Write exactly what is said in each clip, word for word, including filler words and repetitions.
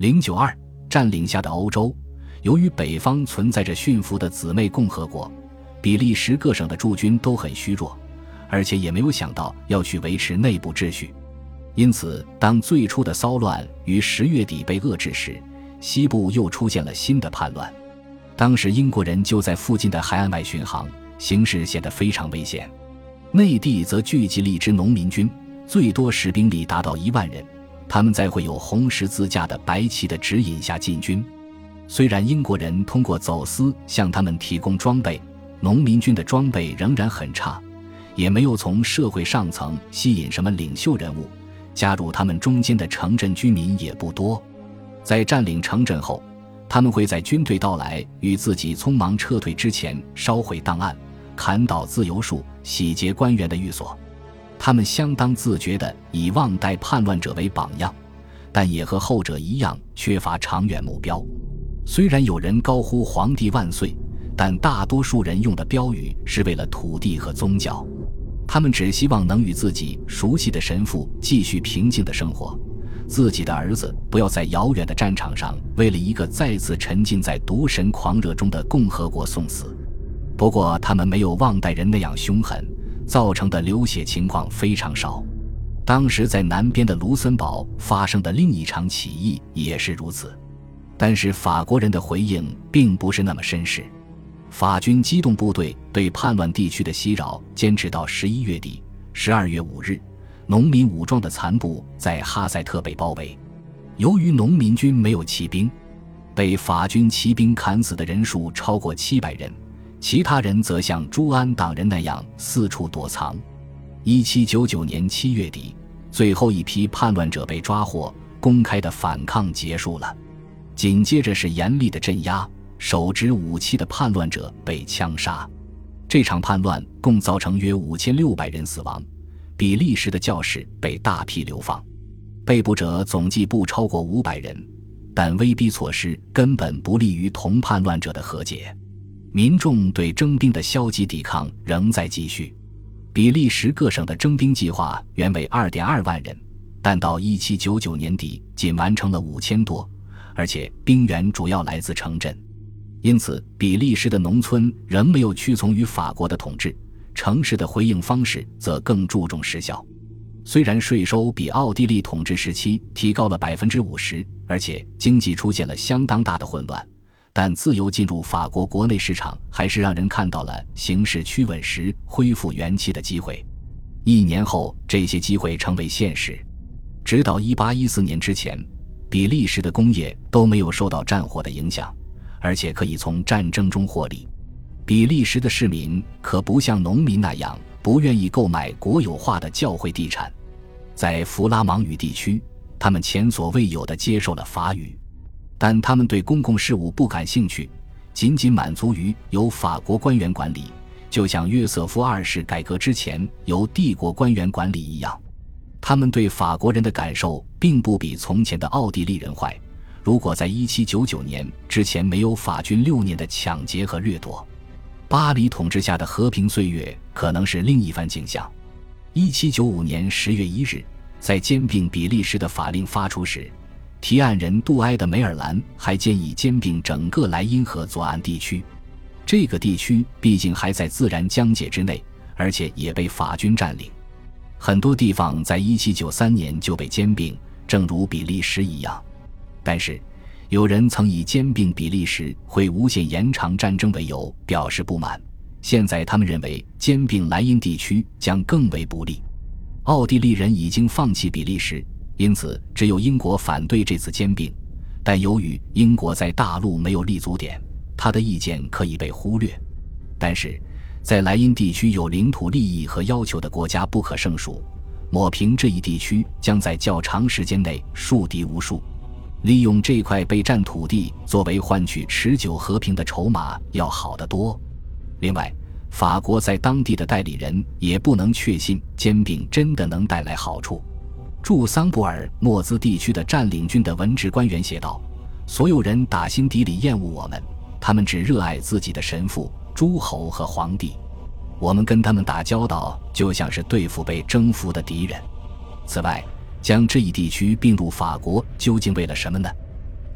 零九二占领下的欧洲，由于北方存在着驯服的姊妹共和国，比利时各省的驻军都很虚弱，而且也没有想到要去维持内部秩序。因此当最初的骚乱于十月底被遏制时，西部又出现了新的叛乱。当时英国人就在附近的海岸外巡航，形势显得非常危险。内地则聚集了一支农民军，最多士兵力达到一万人，他们在会有红十字架的白旗的指引下进军。虽然英国人通过走私向他们提供装备，农民军的装备仍然很差，也没有从社会上层吸引什么领袖人物，加入他们中间的城镇居民也不多。在占领城镇后，他们会在军队到来与自己匆忙撤退之前烧毁档案，砍倒自由树，洗劫官员的寓所。他们相当自觉地以旺代叛乱者为榜样，但也和后者一样缺乏长远目标。虽然有人高呼皇帝万岁，但大多数人用的标语是为了土地和宗教。他们只希望能与自己熟悉的神父继续平静的生活，自己的儿子不要在遥远的战场上为了一个再次沉浸在毒神狂热中的共和国送死。不过他们没有旺代人那样凶狠，造成的流血情况非常少。当时在南边的卢森堡发生的另一场起义也是如此，但是法国人的回应并不是那么绅士。法军机动部队对叛乱地区的袭扰坚持到十一月底。十二月五日，农民武装的残部在哈塞特被包围。由于农民军没有骑兵，被法军骑兵砍死的人数超过七百人，其他人则像朱安党人那样四处躲藏。一七九九年七月底，最后一批叛乱者被抓获，公开的反抗结束了。紧接着是严厉的镇压，手执武器的叛乱者被枪杀。这场叛乱共造成约五千六百人死亡，比利时的教士被大批流放，被捕者总计不超过五百人，但威逼措施根本不利于同叛乱者的和解。民众对征兵的消极抵抗仍在继续。比利时各省的征兵计划原为 二点二万人，但到一七九九年底仅完成了五千多，而且兵源主要来自城镇。因此比利时的农村仍没有屈从于法国的统治，城市的回应方式则更注重实效。虽然税收比奥地利统治时期提高了 百分之五十， 而且经济出现了相当大的混乱，但自由进入法国国内市场还是让人看到了形势趋稳时恢复元气的机会。一年后，这些机会成为现实。直到一八一四年之前，比利时的工业都没有受到战火的影响，而且可以从战争中获利。比利时的市民可不像农民那样不愿意购买国有化的教会地产。在弗拉芒语地区，他们前所未有地接受了法语，但他们对公共事务不感兴趣，仅仅满足于由法国官员管理，就像约瑟夫二世改革之前由帝国官员管理一样。他们对法国人的感受并不比从前的奥地利人坏。如果在一七九九年之前没有法军六年的抢劫和掠夺，巴黎统治下的和平岁月可能是另一番景象。一七九五年十月一日，在兼并比利时的法令发出时，提案人杜埃的梅尔兰还建议兼并整个莱茵河左岸地区。这个地区毕竟还在自然疆界之内，而且也被法军占领。很多地方在一七九三年就被兼并，正如比利时一样。但是有人曾以兼并比利时会无限延长战争为由表示不满，现在他们认为兼并莱茵地区将更为不利。奥地利人已经放弃比利时，因此只有英国反对这次兼并，但由于英国在大陆没有立足点，他的意见可以被忽略。但是在莱茵地区有领土利益和要求的国家不可胜数，抹平这一地区将在较长时间内树敌无数。利用这块被占土地作为换取持久和平的筹码要好得多。另外，法国在当地的代理人也不能确信兼并真的能带来好处。驻桑布尔莫兹地区的占领军的文职官员写道，所有人打心底里厌恶我们，他们只热爱自己的神父、诸侯和皇帝，我们跟他们打交道就像是对付被征服的敌人。此外，将这一地区并入法国究竟为了什么呢？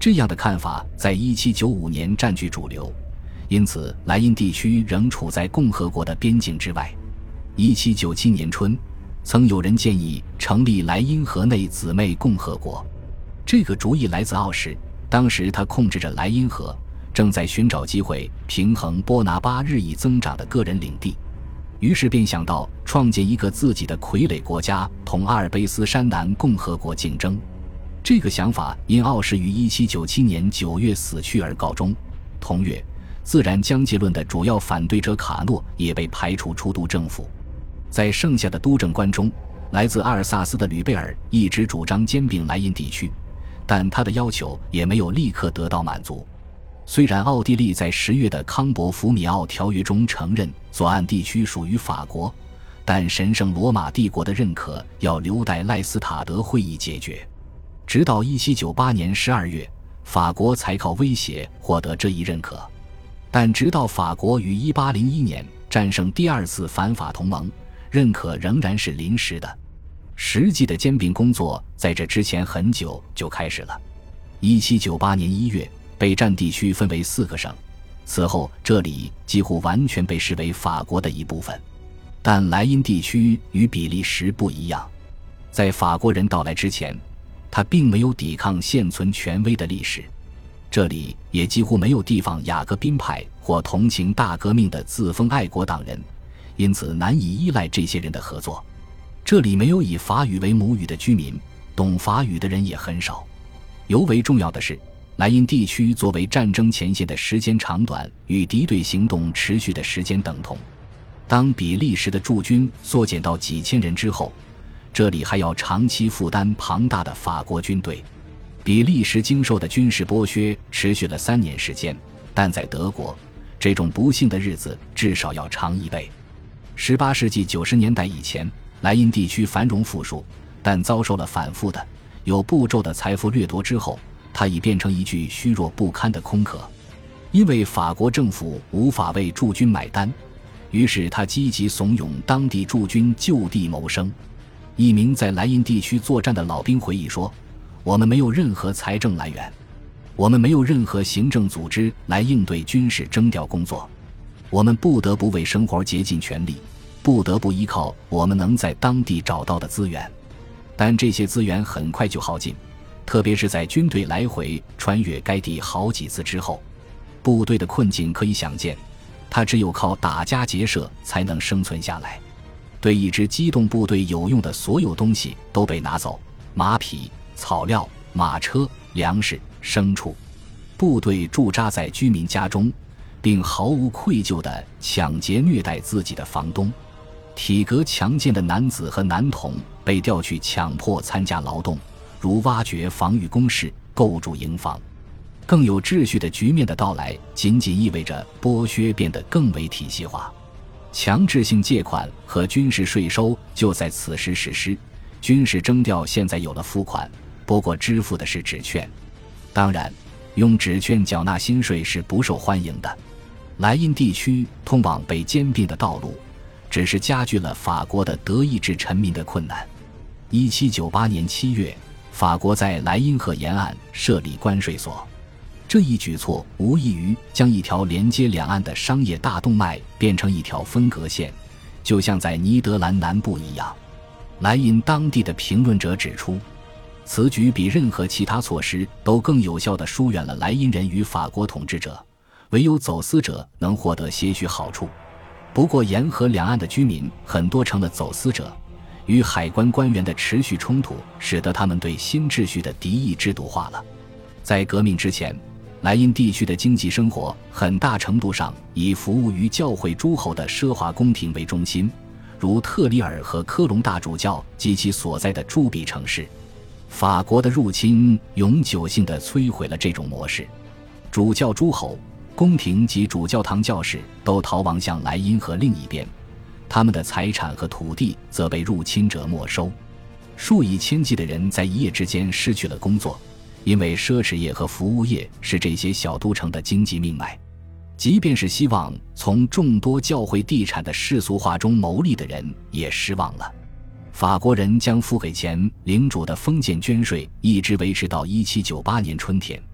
这样的看法在一七九五年占据主流，因此莱茵地区仍处在共和国的边境之外。一七九七年春，曾有人建议成立莱茵河内姊妹共和国，这个主意来自奥什，当时他控制着莱茵河，正在寻找机会平衡波拿巴日益增长的个人领地，于是便想到创建一个自己的傀儡国家，同阿尔卑斯山南共和国竞争。这个想法因奥什于一七九七年九月死去而告终。同月，自然疆界论的主要反对者卡诺也被排除出都政府。在剩下的督政官中，来自阿尔萨斯的吕贝尔一直主张兼并莱茵地区，但他的要求也没有立刻得到满足。虽然奥地利在十月的康伯福米奥条约中承认左岸地区属于法国，但神圣罗马帝国的认可要留待赖斯塔德会议解决。直到一七九八年十二月，法国才靠威胁获得这一认可。但直到法国于一八零一年战胜第二次反法同盟，认可仍然是临时的。实际的兼并工作在这之前很久就开始了。一七九八年一月，北占地区分为四个省，此后这里几乎完全被视为法国的一部分。但莱茵地区与比利时不一样，在法国人到来之前，它并没有抵抗现存权威的历史，这里也几乎没有地方雅各宾派或同情大革命的自封爱国党人，因此难以依赖这些人的合作。这里没有以法语为母语的居民，懂法语的人也很少。尤为重要的是，莱茵地区作为战争前线的时间长短与敌对行动持续的时间等同。当比利时的驻军缩减到几千人之后，这里还要长期负担庞大的法国军队。比利时经受的军事剥削持续了三年时间，但在德国，这种不幸的日子至少要长一倍。十八世纪九十年代以前，莱茵地区繁荣富庶，但遭受了反复的、有步骤的财富掠夺之后，它已变成一具虚弱不堪的空壳。因为法国政府无法为驻军买单，于是他积极怂恿当地驻军就地谋生。一名在莱茵地区作战的老兵回忆说，我们没有任何财政来源，我们没有任何行政组织来应对军事征调工作，我们不得不为生活竭尽全力，不得不依靠我们能在当地找到的资源。但这些资源很快就耗尽，特别是在军队来回穿越该地好几次之后，部队的困境可以想见，他只有靠打家劫舍才能生存下来。对一支机动部队有用的所有东西都被拿走，马匹、草料、马车、粮食、牲畜。部队驻扎在居民家中，并毫无愧疚地抢劫虐待自己的房东。体格强健的男子和男童被调去强迫参加劳动，如挖掘防御工事、构筑营房。更有秩序的局面的到来仅仅意味着剥削变得更为体系化。强制性借款和军事税收就在此时实施，军事征调现在有了付款，不过支付的是纸券。当然，用纸券缴纳薪税是不受欢迎的。莱茵地区通往被兼并的道路，只是加剧了法国的德意志臣民的困难。一七九八年七月，法国在莱茵河沿岸设立关税所。这一举措无异于将一条连接两岸的商业大动脉变成一条分隔线，就像在尼德兰南部一样。莱茵当地的评论者指出，此举比任何其他措施都更有效地疏远了莱茵人与法国统治者，唯有走私者能获得些许好处。不过沿河两岸的居民很多成了走私者，与海关官员的持续冲突使得他们对新秩序的敌意制度化了。在革命之前，莱茵地区的经济生活很大程度上以服务于教会诸侯的奢华宫廷为中心，如特里尔和科隆大主教及其所在的驻比城市。法国的入侵永久性地摧毁了这种模式，主教诸侯、宫廷及主教堂教士都逃亡向莱茵河另一边，他们的财产和土地则被入侵者没收。数以千计的人在一夜之间失去了工作，因为奢侈业和服务业是这些小都城的经济命脉。即便是希望从众多教会地产的世俗化中牟利的人也失望了。法国人将付给前领主的封建捐税一直维持到一七九八年春天，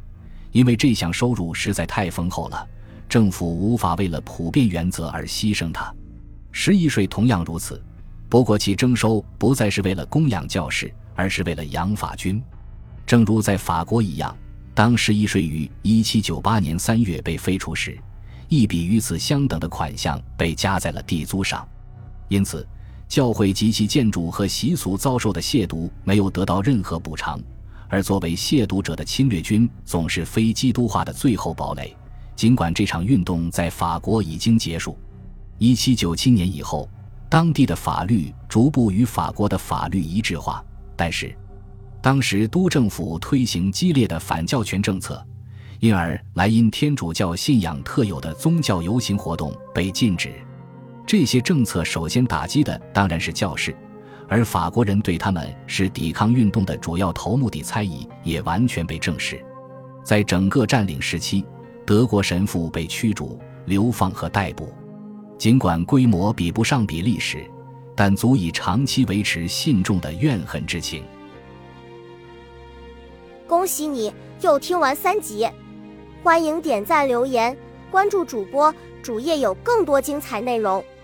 因为这项收入实在太丰厚了，政府无法为了普遍原则而牺牲它。十一税同样如此，不过其征收不再是为了供养教士，而是为了养法军。正如在法国一样，当十一税于一七九八年三月被废除时，一笔与此相等的款项被加在了地租上。因此教会及其建筑和习俗遭受的亵渎没有得到任何补偿，而作为亵渎者的侵略军总是非基督化的最后堡垒。尽管这场运动在法国已经结束，一七九七年以后，当地的法律逐步与法国的法律一致化，但是当时督政府推行激烈的反教权政策，因而莱茵天主教信仰特有的宗教游行活动被禁止。这些政策首先打击的当然是教士，而法国人对他们是抵抗运动的主要头目的猜疑也完全被证实。在整个占领时期，德国神父被驱逐、流放和逮捕。尽管规模比不上比利时，但足以长期维持信众的怨恨之情。 恭喜你又听完三集，欢迎点赞留言，关注主播，主页有更多精彩内容。